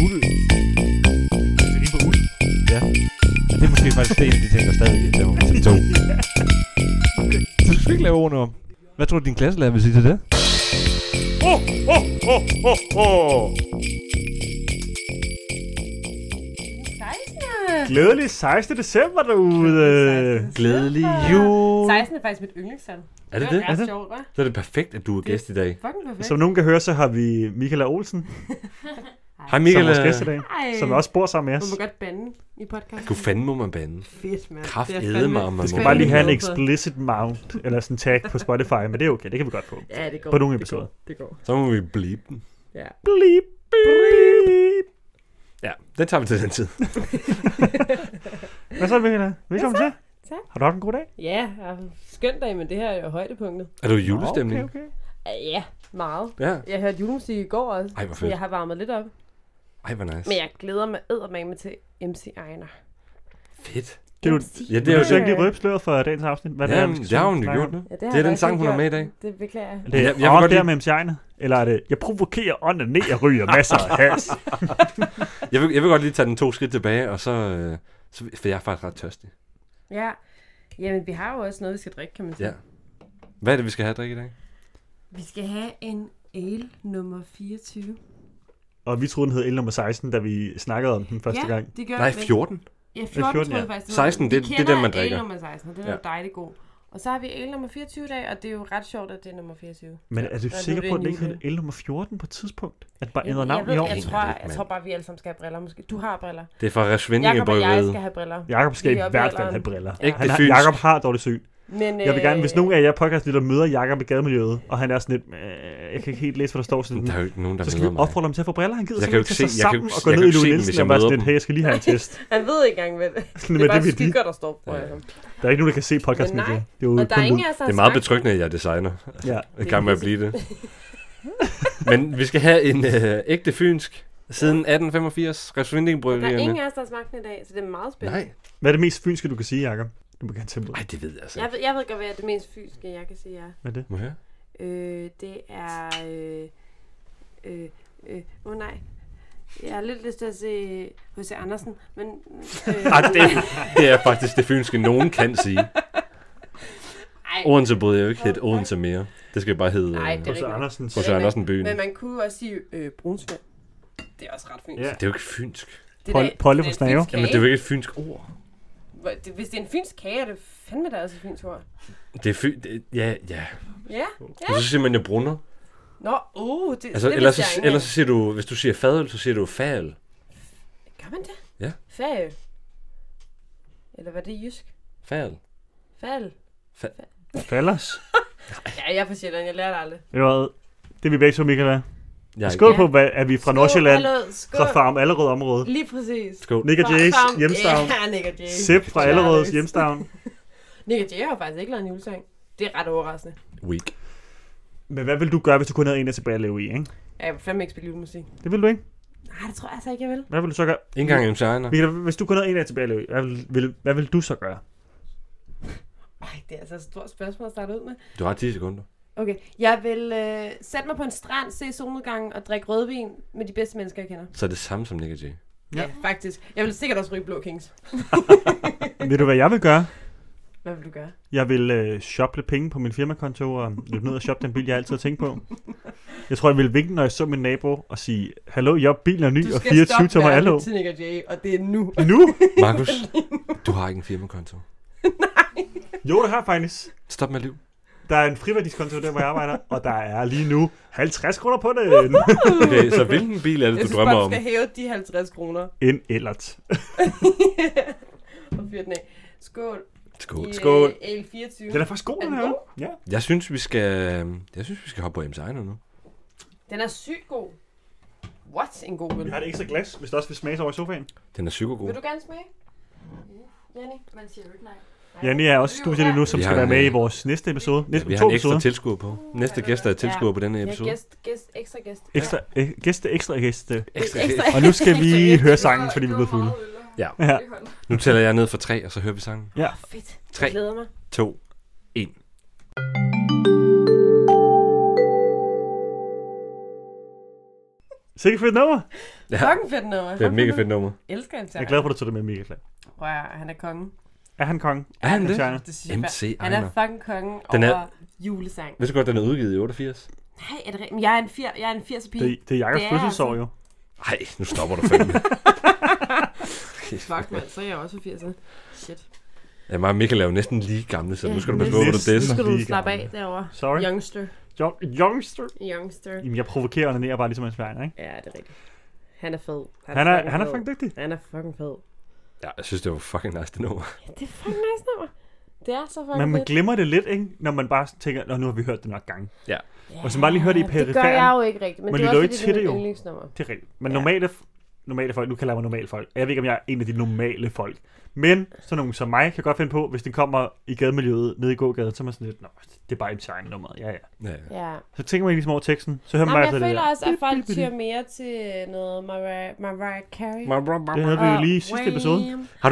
Uld. Det er på uld. Ja. Og det er måske faktisk det, en af de ting, der stadig laver til 2. Okay. Så du skal ikke lave ordene om. Hvad tror du, din klasselærer vil sige til det? Glædelig 16. december derude. Glædelig jul. 16 er faktisk mit yndlingstal. Er det det? Det er sjovt, hva'? Så er det perfekt, at du er gæst i dag. Fucking perfekt. Som nogen kan høre, så har vi Michaela Olsen Hej Michael. som vores gæst i dag. Ej. Som også bor sammen med Du os. må godt bande i podcasten. Gud fanden må man bande. Fedt, mand. Kraftedeme, man Vi skal må. bare lige have en glad for. explicit mount, eller sådan tag på Spotify, men det er okay, det kan vi godt få. Ja, det går. På nogle Det episoder. går. Det går. Så må vi bleep den. Ja. Bleep, bleep. Ja, den tager vi til den tid. Hvad så, Michaela? Velkommen til. Tak. Har du haft en god dag? Ja, jeg har en skøn dag, men det her er jo højdepunktet. Er du i julestemning? Okay. Ja, meget. Ja. Jeg hørte julemusik i går også. Ej, hvor Så fedt. jeg har varmet lidt op. Ej, hvor nice. Men jeg glæder mig eddermame til MC Ejner. Fedt. Det er jo, Ja, det det er er jo jo ikke det. lige røbsløret for dagens afsnit. Hvad Ja, vi skal det har hun jo snakke gjort om. nu. Ja, Det er den sang, hun har med i dag. Det beklager jeg. Det er Jeg vil jeg godt der lide- med MC eller er det, jeg provokerer ånden ned og ryger masser af has. Jeg vil godt lige tage den 2 skridt tilbage, og så for jeg er faktisk ret tørstig. Ja. Jamen, vi har jo også noget, vi skal drikke, kan man sige. Ja. Hvad er det, vi skal have at drikke i dag? Vi skal have en ale nummer 24. Og vi troede, den hed el nummer 16, da vi snakkede om den første gang. det gør Nej, vi. 14. Ja, 14, 14, tror jeg ja. faktisk. 16, det er den, man drikker. Ale nummer 16, og den er Ja. jo dejligt god. Og så har vi ale nummer 24 i dag, og det er jo ret sjovt, at det er nummer 24. Men er du Ja, sikker nu er på, at det den ikke en hed el nummer 14 på et tidspunkt? At den bare Jeg ændrede navn i år? jeg Aner tror, det ikke, jeg mand. tror bare, vi alle sammen skal have briller, måske. Du har briller. Det er fra Jakob og jeg Resvindingebryggeriet. skal have briller. Jakob skal Vi i er hvert oppe i fald have alderen. briller. Ikke Han det har, fynsk. Jakob har dårligt syn. Men, Jeg vil gerne, hvis nogen af jer podcastlytter møder Jakob i gademiljøet, og han er sådan lidt, jeg kan ikke helt læse, hvad der står, sådan, Der er jo ikke nogen, der så skal møder vi mig. opfordre ham til at få briller. Han gider Jeg kan jo simpelthen ikke tage sig se- jeg kan jo sammen ikke- og gå jeg ned kan i jo ikke se Louis dem, Nielsen hvis jeg og bare møder sådan lidt, dem. hey, jeg skal lige have en test. Han ved ikke engang, hvad det Sådan det er med bare det, vi skygger, der står på Ja. ham. Der er ikke nogen, der kan se podcasten. Men nej, Det er jo Og der er kun ingen lyd. af os, der Det er har meget smagt. betryggende, at jeg er designer. Ja. I gang med at blive det. Men vi skal have en ægte fynsk siden 1885. Der er Resvindingebryggerierne. ingen af os, der har smagt den i dag, så det er meget spændende. Nej. Hvad er det mest fynske, du kan sige, Jakob? Du må gerne tempo. Nej, det ved jeg altså Jeg ikke. ved godt, hvad er det mest fysiske, jeg kan sige, ja. Hvad er det? Må jeg høre? Det er... nej. Jeg har lidt lyst til at se H.C. Andersen, men... Det er faktisk det fynske, nogen kan sige. Ej, Odense bryder jo ikke hedde Odense mere. Det skal bare hedde Nej, det er H.C. rigtigt. Andersens. H.C. Andersen byen. men man kunne også sige brunsvand. Det er også ret fint. Ja. Det er jo ikke fynsk. Det er Polle det er for en snave. fynsk Jamen, det er kage. jo ikke et fynsk ord. Hvis det er en fynsk kage, er det fandme da også et fynsk ord. Det er ja. Ja. Og så siger man jo brunner. Nå, det, Altså, det ellers, vidste jeg ikke ellers så siger du, hvis du siger fadøl, så siger du fadøl. Gør man det? Ja. Færø. Eller hvad det jysk? Fadøl. Fal. Fallers. Ja, jeg er fra Sjælland, jeg lærte aldrig. Ved du hvad? Det er vi begge to, Michael, er. Jeg er Skål ikke. på, hvad er vi fra Skål, Nordsjælland? hallo, skål. Fra Farm Allerød område. Lige præcis. Skål. Nick og Jays hjemstavn. Ja, Nick og Jay. Sip fra Allerøds hjemstavn. Nick og Jay har faktisk ikke lavet en julesang. Det er ret overraskende. Weak. Men hvad vil du gøre, hvis du kun havde en af tilbage at leve i, ikke? Jeg vil fandme ikke spille julemusik. Det vil du ikke? Nej, det tror jeg altså ikke, jeg vil. Hvad vil du så gøre? Ikke engang MC Ejner. Michael, hvis du kun havde en af tilbage at leve i, hvad vil du så gøre? Ej, det er altså et stort spørgsmål at starte ud med. Du har 10 sekunder. Okay, jeg vil sætte mig på en strand, se solnedgangen og drikke rødvin med de bedste mennesker, jeg kender. Så er det samme som Nick og Jay. Ja, faktisk. Jeg vil sikkert også ryge Blå Kings. Ved du, hvad jeg vil gøre? Hvad vil du gøre? Jeg vil shoppe lidt penge på min firmakonto og løbe ned og shoppe den bil, jeg altid har tænkt på. Jeg tror, jeg vil vinke, når jeg så min nabo og sige, hallo, bilen er ny og 24 tommer allo. Du skal stoppe til Nick og Jay, og det er nu. Nu? Markus, du har ikke en firmakonto. Jo, det har jeg faktisk. Stop med liv. Der er en friværdikonto der, hvor jeg arbejder, og der er lige nu 50 kroner på den. Okay, så hvilken bil er det, Jeg du synes drømmer bare, du om? skal hæve de 50 kroner En ellert. og fyre den af. Skål. Skål. I, Skål. Ale 24. Den er faktisk god, Er den den her. god? Ja. Jeg synes, vi skal hoppe på MC Ejner nu. Den er sygt god. What? En god Vi øl. har et ekstra glas, hvis der også vil smage over i sofaen. Den er psykogod. Vil du gerne smage? Jenny? Man siger jo ikke nej. Janni er også i studiet lige nu, som Vi skal har være med en, i vores næste episode. Ja, Næste vi har to en ekstra episoder. tilskuer på. Næste gæst er tilskuer på denne episode. Ja, ekstra gæst. Ekstra gæst. Ekstra. Og nu skal vi høre sangen, fordi vi er blevet fulde. Ja. Ja. Nu tæller jeg ned for 3, og så hører vi sangen. Ja. Fedt. 3, Jeg glæder mig. 2, 1. Sikke fedt nummer. Ja, Fucking fedt nummer. det er et mega fedt nummer. Elsker en Jeg er glad for, at du tog det med, Michael. Wow, han er kongen. Er han konge? Er han det? Det synes jeg MC han er Ejner. fucking kongen Den er- over julesang. Ved du godt, den er udgivet i 88? Nej, er det rigtigt? Men jeg er en 80'er-pige. Det er Jakobs Det er fødselsår, jo. Nej, nu stopper du fandme. Fuck, mand. Så er jeg også 80'er. Shit. Ja, mig og Michael er jo næsten lige gamle, så Ja, nu skal du passe på, hvor du næsten. Nu disser. skal du Lige slappe af gammel. derovre. Sorry. Youngster. Youngster. Youngster. Jamen, jeg provokerer og ned bare ligesom en sværn, ikke? Ja, det er rigtigt. Han er fed. Han er fucking dygtig. Han er fucking fed. Ja, jeg synes, det var fucking nice, det nummer. Ja, det er fucking nice nummer. Det er så fucking Men man fedt. glemmer det lidt, ikke? Når man bare tænker, nå, nu har vi hørt det nok gange. Ja. Og så bare lige høre det i Det gør jeg periferen. jo ikke rigtigt. Men Man det er lytter også ikke fordi, til det det, er jo. mit yndlingsnummer. Det er rigtigt. Men Ja. normale folk, nu kalder jeg mig normale folk. Jeg ved ikke, om jeg er en af de normale folk. Men sådan nogen som mig kan godt finde på, hvis den kommer i gademiljøet nede i gågaden, så er man sådan lidt, nå, det er bare en shine-nummeret. Ja. Ja. Ja. Så tænker man ikke ligesom over teksten. Så hører man Nå, men bare jeg det føler der. også, at folk tyrer mere til noget Mariah Carey. Det havde vi jo lige i sidste episode. Har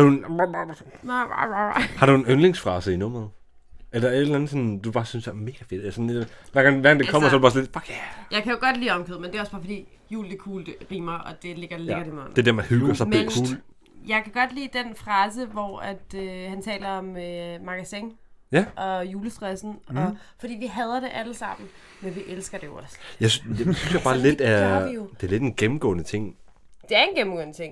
du en yndlingsfrase i nummeret? Eller et eller andet, sådan, du bare synes er mega fedt? Altså, hver gang det kommer, så er det bare sådan lidt, fuck yeah. Jeg kan jo godt lide omkød, men det er også bare fordi, jul det er cool, det rimer, og det ligger i munden. Det er der, man hygger sig Men- bedst. Jeg kan godt lide den frase, hvor at, han taler om magasin Ja. og julestressen. Og, fordi vi hader det alle sammen, men vi elsker det jo også. Jeg synes jeg bare Altså, lidt det gør er... vi jo. Det er lidt en gennemgående ting. Det er en gennemgående ting.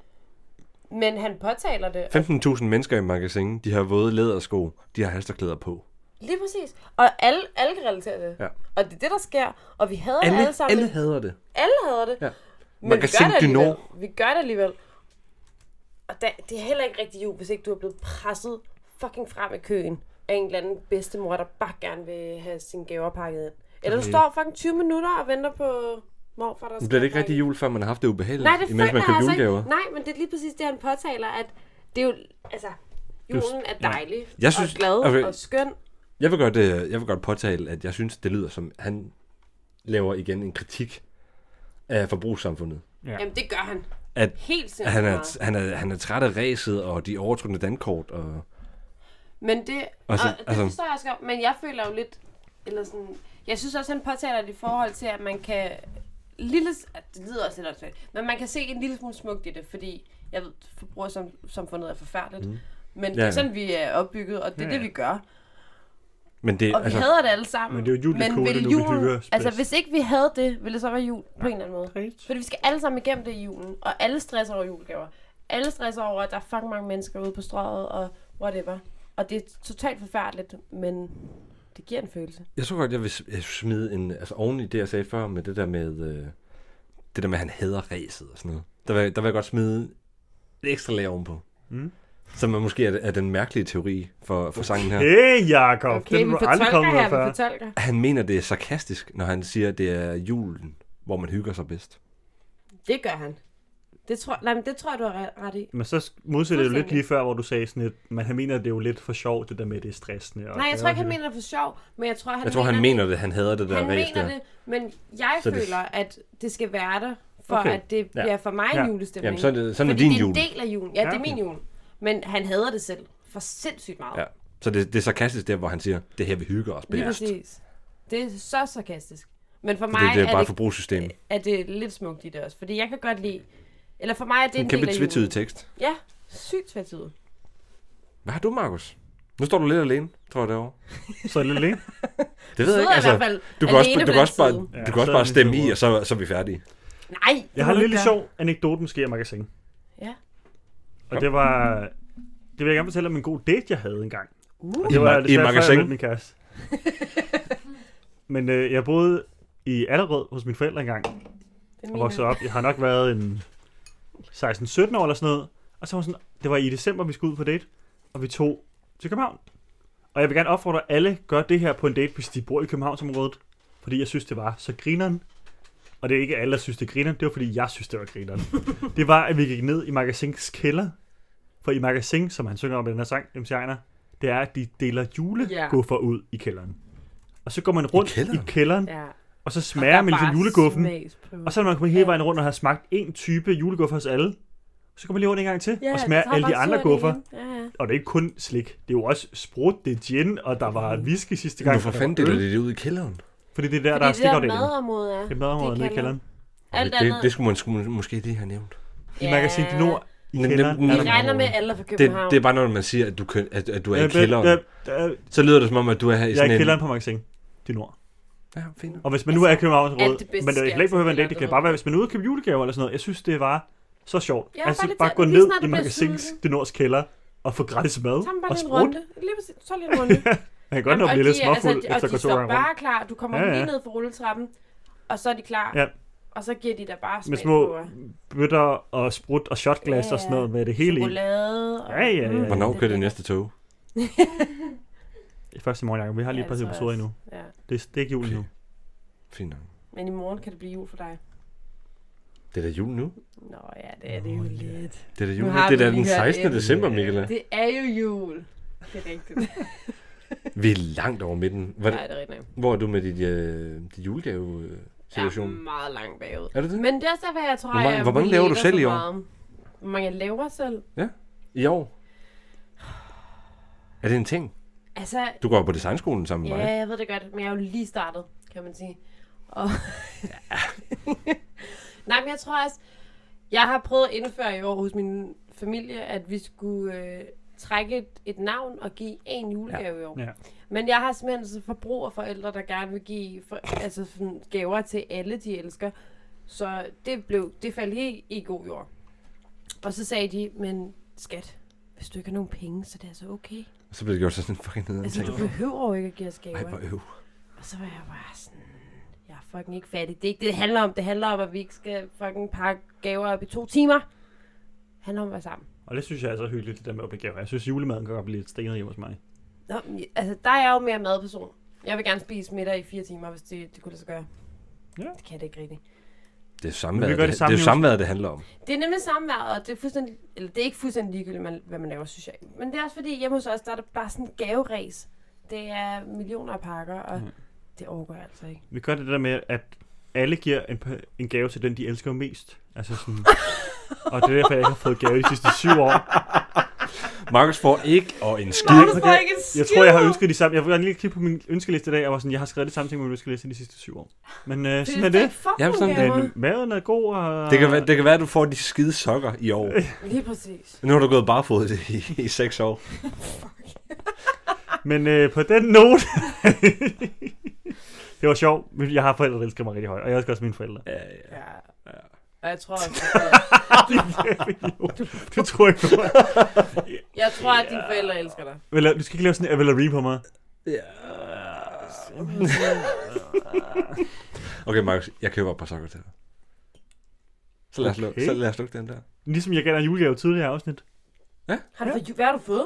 Men han påtaler det. 15.000 mennesker i magasin, de har våde lædersko, de har halsterklæder på. Lige præcis. Og alle kan relatere det. Ja. Og det er det, der sker. Og vi hader det alle sammen. Alle hader det. Alle hader det. Ja. Men Magasin vi gør det du alligevel. Nord. Vi gør det alligevel. Og det er heller ikke rigtig jul, hvis ikke du er blevet presset fucking frem i køen af en eller anden bedstemor, der bare gerne vil have sine gaver pakket ind. Eller du Okay. står fucking 20 minutter og venter på morfar, der Nu bliver det ikke rigtig jul, før man har haft det ubehageligt, Nej, det imens føler man jeg køber altså julegaver. ikke. Nej, men det er lige præcis det, han påtaler, at det er jo, altså, julen er dejlig Jeg synes- og glad okay. og skøn. Jeg vil godt påtale, at jeg synes, det lyder som, han laver igen en kritik af forbrugssamfundet. Ja. Jamen, det gør han. At Helt sindssygt Han meget. han er træt af ræset og de overtrukne dankort. Og Men det, Og så- det altså- forstår jeg også godt, men jeg føler jo lidt, eller sådan, jeg synes også, han påtaler det i forhold til, at man kan, det lyder også lidt åndssvagt, men man kan se en lille smule smukt i det, fordi jeg ved, forbrugersamfundet er forfærdeligt, men det Ja. er sådan, vi er opbygget, og det er Ja. det, vi gør. men det, Og vi hader det alle sammen. Men det er jo jul, det er cool, vil det er nu, vi julen- hygger os altså bedst. hvis ikke vi havde det, ville det så være jul på en eller anden måde. Rigtigt. Fordi vi skal alle sammen igennem det i julen, og alle stresser over julegaver. Alle stresser over, at der er fucking mange mennesker ude på strøget, og whatever. Og det er totalt forfærdeligt, men det giver en følelse. Jeg tror godt, jeg vil smide en, altså oven i det, jeg sagde før, med det der med, det der med, at han hader ræset og sådan noget. Der vil jeg godt smide et ekstra lag ovenpå. Som måske er den mærkelige teori for sangen her. Hey, Jacob. Okay, Den vi var aldrig fortolker kommet her, med før. vi fortolker. Han mener, det er sarkastisk, når han siger, at det er julen, hvor man hygger sig bedst. Det gør han. Det tror jeg, du har ret i. Men så modsætter det jo lidt Fuldstændig. lige før, hvor du sagde sådan lidt, men han mener, at det er jo lidt for sjovt, det der med, det er stressende. Og Nej, jeg tror ikke, han mener det for sjov, men jeg tror, Han mener det, han hader det der han ræs mener der. det, men jeg Så det- føler, at det skal være der, for Okay. at det Ja. bliver for mig Ja. en julestemning. Jamen, sådan er Fordi din det er jul. en del af julen. Ja, Ja, det er okay. min jul. Men han hader det selv for sindssygt meget. Ja. Så det er sarkastisk der, hvor han siger, det er her, vi hygger os Lige bedst. præcis. Det er så sarkastisk. Men for For mig det er bare et forbrugssystem. er det lidt smukt i det også. Fordi jeg kan godt lide... Eller for mig er det En en kæmpe del af tvetydig julen. tekst. Ja, sygt tvetydig. Hvad har du, Markus? Nu står du lidt alene, tror jeg, derovre. Så er det lidt alene. Det ved jeg ikke. i Altså, hvert fald du kan også, alene du på kan også den bare, side. Ja, du kan også så er bare det stemme lidt i, og så er vi færdige. Nej, Jeg har en det må lille du sjov anekdote måske af magasin. Ja. Og det var... Det vil jeg gerne fortælle om en god date, jeg havde engang. Og I det var ma- i desværre, før magasin? jeg mødte min kæreste. Men jeg boede i Allerød hos mine forældre engang. Det er Og min voksede op. Jeg har nok været en 16-17 år eller sådan noget. Og så var sådan, det var i december, vi skulle ud på date. Og vi tog til København. Og jeg vil gerne opfordre alle, gør det her på en date, hvis de bor i Københavnsområdet. Fordi jeg synes, det var så grineren. Og det er ikke alle, der synes, det er grineren. Det var, fordi jeg synes, det var grineren. Det var, at vi gik ned i Magasins kælder. For i Magasin, som han synger om i den her sang, MC Ejner, det er, at de deler juleguffer ud i kælderen. Og så går man rundt i kælderen, Ja. og så smager man ligesom juleguffen. Smagsprøve. Og så når man kommer hele vejen rundt og har smagt en type juleguffer hos alle, så kommer man lige rundt en gang til og smager alle de andre guffer. Ja. Og det er ikke kun slik. Det er jo også sprut, det er gin, og der var whisky sidste gang. Hvorfor fanden deler de det ud i kælderen? Fordi det er der, Fordi der er det der stikafdelingen. madområde er. Det er madområdet nede i kælderen. Alt Okay, andet... det skulle man måske lige have nævnt. I Magasin de Nord i kælderen. Vi regner med alle fra København. Det er bare, når man siger, at du er i kælderen. Så lyder det som om, at du er her i sådan en... Jeg er i kælderen på Magasin de Nord. Ja, fint. Og hvis man nu er i Københavns alt Råd, det bedste men det sker kan ikke behøve en altså det kan bare være, hvis man er ude og købe julegaver eller sådan noget. Jeg synes, det var så sjovt. Ja, altså bare bare lidt gå lige ned snart i det bliver Magasins sulten. de Nords kælder og få gratis mad Så er man bare og lige en sprut. runde. Lige præcis. Så lige en runde. Man kan godt nå at blive lidt småfuld efter og de står kontoret. bare klar. Du kommer Ja. lige ned for rulletrappen, og så er de klar. Ja. Og så giver de der bare Med smag små på. bøtter og sprut og shotglas og sådan noget med det hele i. Chokolade. Og... Ja. Hvornår kører det næste tog? I første morgen, Jacob. Vi har lige et par episoder endnu. Ja. Det er ikke jul Okay. nu. Fint nok. Men i morgen kan det blive jul for dig. Det er da jul nu. Nå ja, det er det jo lidt. Det er da Nu jul nu. har Det er vi da lige den hørt 16. det. december, Michaela. Det er jo jul. Det er rigtigt. Vi er langt over midten. Nej, det er rigtigt. Hvor er du med dit julegave Jeg er situation? meget langt bagud. Er det det? Men det er også derfor, jeg tror, Hvor mange laver du selv i år? Hvor mange jeg laver selv? I år? Er det en ting? Altså, Du går på designskolen sammen med ja, mig. jeg ved det godt, men jeg er jo lige startet, kan man sige. Og nej, men jeg tror også, jeg har prøvet at indføre i år hos min familie, at vi skulle trække et navn og give en julegave i år. Ja. Men jeg har simpelthen så forbrugerforældre, der gerne vil give altså sådan gaver til alle, de elsker. Så det faldt helt i god jord. Og så sagde de, men skat, hvis du ikke har nogen penge, så det er altså okay. Så bliver det gjort sådan en fucking nederen Altså, ting. du behøver jo ikke at give os gaver. Ej, hvor øv. Og så var jeg bare sådan, jeg er fucking ikke fattig. Det er ikke det, det handler om. Det handler om, at vi ikke skal fucking pakke gaver op i 2 timer. Det handler om at være sammen. Og det synes jeg er så hyggeligt, det der med at blive gaver. Jeg synes, julemaden kan godt blive lidt stenet hjemme hos mig. Nå, altså, der er jeg jo mere madperson. Jeg vil gerne spise middag i 4 timer, hvis det kunne lade sig gøre. Ja. Det kan det ikke rigtigt. Det er Men samværet, vi gør det det er samme jo i samværet, det handler om. Det er nemlig samværet, og det er fuldstændig, eller det er ikke fuldstændig ligegyldigt, hvad man laver, synes jeg. Men det er også fordi, hjemme hos os, der er der bare sådan en gaveræs. Det er millioner af pakker, og det overgår jeg altså ikke. Vi gør det der med, at alle giver en gave til den, de elsker mest. Altså sådan... og det er derfor, jeg ikke har fået gave de sidste 7 år. Markus får ikke og en skid. Jeg tror, jeg har ønsket de samme. Jeg vil lige kigge på min ønskeliste i dag, og var sådan, jeg har skrevet det samme ting på min ønskeliste de sidste 7 år. Men sådan er det. Jamen, sådan gaver. Men maden er god, og... Det kan være, at du får de skide sokker i år. Lige præcis. Nu har du gået barefod i 6 år. Men på den note... det var sjovt. Jeg har forældre, der elsker mig rigtig højt, og jeg elsker også mine forældre. Ja. Og jeg tror også, Det tror jeg ikke på. jeg tror, at dine forældre elsker dig. Du skal ikke lave sådan en Avalari på mig. Okay, Markus, jeg køber et par sokker til dig. Så lad os lukke den der. Ligesom jeg gav dig en julegave tidligere afsnit. Ja? Hvad har du fået?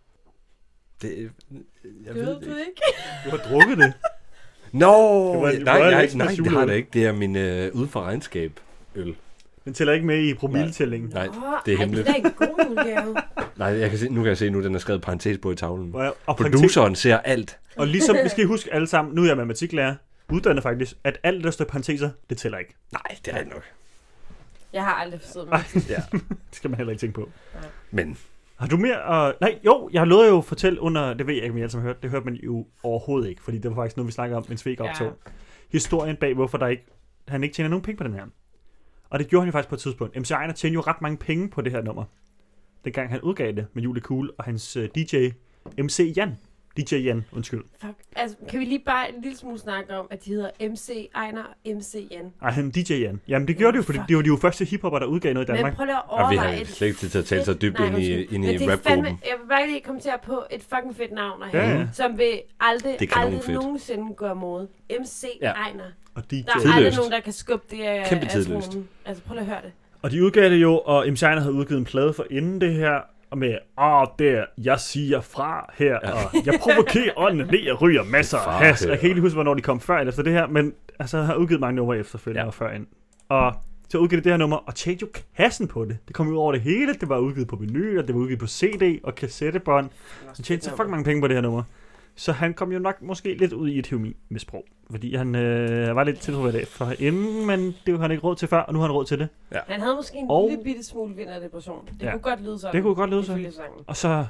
Det, jeg Det ved ved det du ikke. ikke. Du har drukket det. Nå, Det var en nej, Royal det Express har det ikke. Det er min ude fra regnskab øl. Den tæller ikke med i promilletællingen. Nej, det er hemmeligt. Ej, det er da ikke en god julegave. Nej, nu kan jeg se, nu den er skrevet parentes på i tavlen. Og Produceren ser alt. Og ligesom, vi skal huske alle sammen, nu er jeg matematiklærer, uddannet faktisk, at alt, der står i parenteser, det tæller ikke. Nej, det er det nok. Jeg har aldrig forstået mig. Ja. Det skal man heller ikke tænke på. Men Har du mere? Nej, jo, jeg lovede jo at fortælle under, det ved jeg ikke, om I alle sammen har hørt, det hørte man jo overhovedet ikke, fordi det var faktisk noget, vi snakkede om, mens vi ikke optog. Ja. Historien bag, hvorfor han ikke tjener nogen penge på den her. Og det gjorde han jo faktisk på et tidspunkt. MC Einar tjener jo ret mange penge på det her nummer. Dengang han udgav det med Julie Cool og hans DJ MC Jan. DJ Jan, undskyld. Fuck. Altså, kan vi lige bare en lille smule snakke om, at de hedder MC Einar og MC Jan? Ej, han DJ Jan. Jamen, det gjorde det jo, fordi det var de jo første hiphopper, der udgav noget i Danmark. Men prøv lige at og vi overveje har slet ikke tid til at tale så dybt ind i rapgruppen. rapgruppen. Jeg vil bare lige kommentere på et fucking fedt navn at have, Ja. som vil aldrig fedt. nogensinde gå imod. MC Einar. Og DJ. Der er Tidløst. aldrig nogen, der kan skubbe det af Kæmpe tidløst. tronen. Altså, prøv lige at høre det. Og de udgav det jo, og MC Einar havde udgivet en plade for inden det her, og med, der, jeg siger fra her, og jeg provokerer ånden ned og ryger masser af has. Jeg kan ikke lige huske, hvornår de kom før eller efter det her, men altså, jeg har udgivet mange numre efterfølgende og førend. Og så udgav det her nummer, og tjente jo kassen på det. Det kom ud over det hele, det var udgivet på vinyl, og det var udgivet på CD og kassettebånd. Han tjente så fucking mange penge på det her nummer. Så han kom jo nok måske lidt ud i et heroinmisbrug, fordi han var lidt tilfældet af for inden, men det var han ikke råd til før, og nu har han råd til det. Ja. Han havde måske en Og- lille bitte smule vinderdepression. Det kunne godt lyde sådan. Det kunne godt lyde sådan. ifølge sangen. Og så,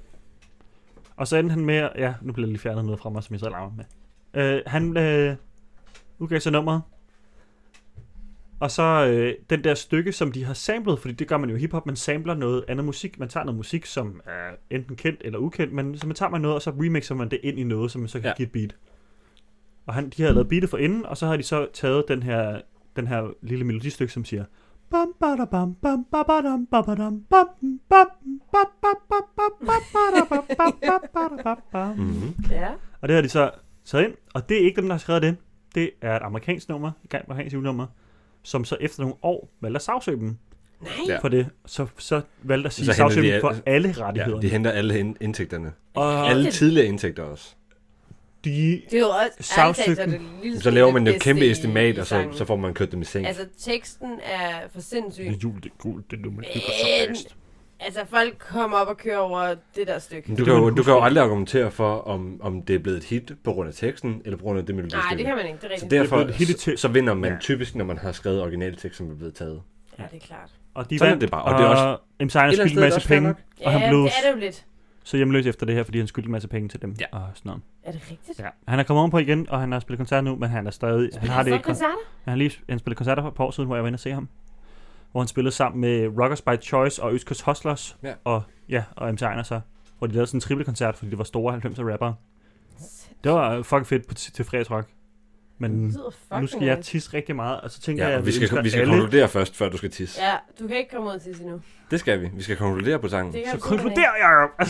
og så endte han med, nu bliver lige fjernet noget fra mig, som jeg så larmer med. Han udgav så nummeret, Og så den der stykke, som de har samlet, fordi det gør man jo i hiphop, man samler noget andet musik. Man tager noget musik, som er enten kendt eller ukendt, men så man tager noget, og så remixer man det ind i noget, som man så kan give et beat. Og de har lavet beatet for inden, og så har de så taget den her lille melodistykke, som siger bam badam bam babadam babadam bam bam bam bam. Ja. Og det har de så taget ind, og det er ikke dem, der har skrevet det. Det er et amerikansk nummer, et amerikansk julenummer, som så efter nogle år valgte at sagsøge dem. Nej. For det. Så valgte at sige sagsøge dem for alle rettighederne. Ja, de henter alle indtægterne. Og alle tidligere indtægter også. Det er jo også så laver man jo et kæmpe estimat, og så får man kørt dem i seng. Altså, teksten er for sindssyg. Det er jul, det er guld, det er nu, man hygger så fast. Altså, folk kommer op og kører over det der stykke. Du kan jo aldrig argumentere for, om det er blevet et hit på grund af teksten, eller på grund af det melodistykke. Nej, det kan man ikke, det er rigtigt. Så derfor så vinder man typisk, når man har skrevet originaltekst, som er blevet taget. Ja, det er klart. Og de sådan er det bare. Og det er også MC Einar skyldte en masse penge, og han blev det er det jo lidt. Så hjemløs efter det her, fordi han skyldte en masse penge til dem. Ja. Og sådan noget. Er det rigtigt? Ja. Han er kommet ovenpå igen, og han har spillet koncerter nu, men han er stadig... Han har det ikke. Koncerter? Han spillede koncerter for et par år siden, hvor jeg var inde og se ham. Hvor han spillede sammen med Rockers by Choice og Øst Coast Hustlers. Ja. Og MC Einar så. Hvor de lavede sådan en trippelkoncert, fordi det var store 90'er rappere. Det var fucking fedt til fredagsrock. Men nu skal jeg tisse rigtig meget, og så tænker jeg, at vi skal konkludere først, før du skal tisse. Ja, du kan ikke komme ud og tisse endnu. Det skal vi. Vi skal konkludere på sangen. Så konkluderer jeg jo!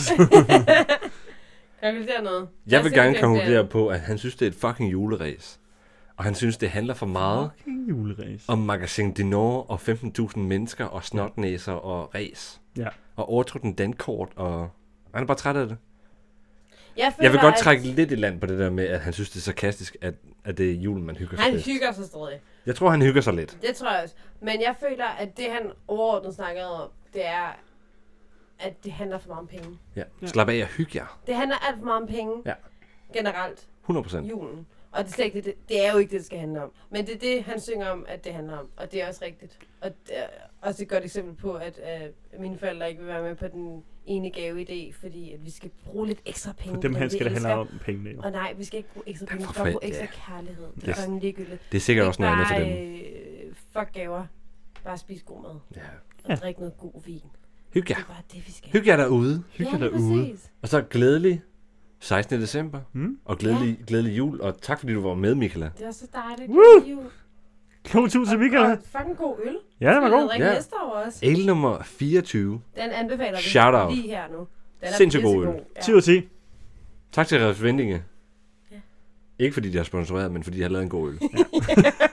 Konkludere noget. Jeg vil gerne konkludere på, at han synes, det er et fucking juleræs. Og han synes, det handler for meget om Magasin du Nord og 15.000 mennesker og snotnæser og ræs. Ja. Og overtrukken dankort, og han er bare træt af det. Jeg vil godt trække lidt i land på det der med, at han synes, det er sarkastisk, at det er julen, man hygger sig Han bedst. hygger sig stadig. Jeg tror, han hygger sig lidt. Det tror jeg også. Men jeg føler, at det, han overordnet snakkede om, det er, at det handler for meget om penge. Ja. Slap af og hygge jer. Det handler alt for meget om penge. Ja. Generelt. 100%. Julen. Og det er slet ikke det er jo ikke det skal handle om. Men det er det, han synger om, at det handler om. Og det er også rigtigt. Og det er også et godt eksempel på, at mine forældre ikke vil være med på den ene gaveidé, fordi at vi skal bruge lidt ekstra penge. For dem han skal det handle om pengene. Jo. Og nej, vi skal ikke bruge ekstra penge, vi skal bruge ekstra kærlighed. Det er sådan ligegyldigt. Det er sikkert også noget andet for dem. Fuck gaver. Bare spise god mad. Ja. Og drikke noget god vin. Hygge jer. Det er bare det, vi skal. Hygge jer derude. Hygge jer derude. Og så glædelig 16. december. Og glædelig jul. Og tak fordi du var med, Michaela. Det var så dejligt. Woo! God tur til Michaela. Og fucking god øl. Ja, det var god. Ja. Næste år også. Ale nummer 24. Den anbefaler vi Shout out. lige her nu. Den er sindssygt god øl. 10 ud af 10. Tak til Refvendinge. Ja. Ikke fordi de har sponsoreret, men fordi de har lavet en god øl.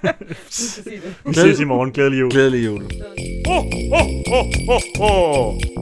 Vi ses i morgen. Glædelig jul. Glædelig jul. Ho, ho, ho, ho, ho.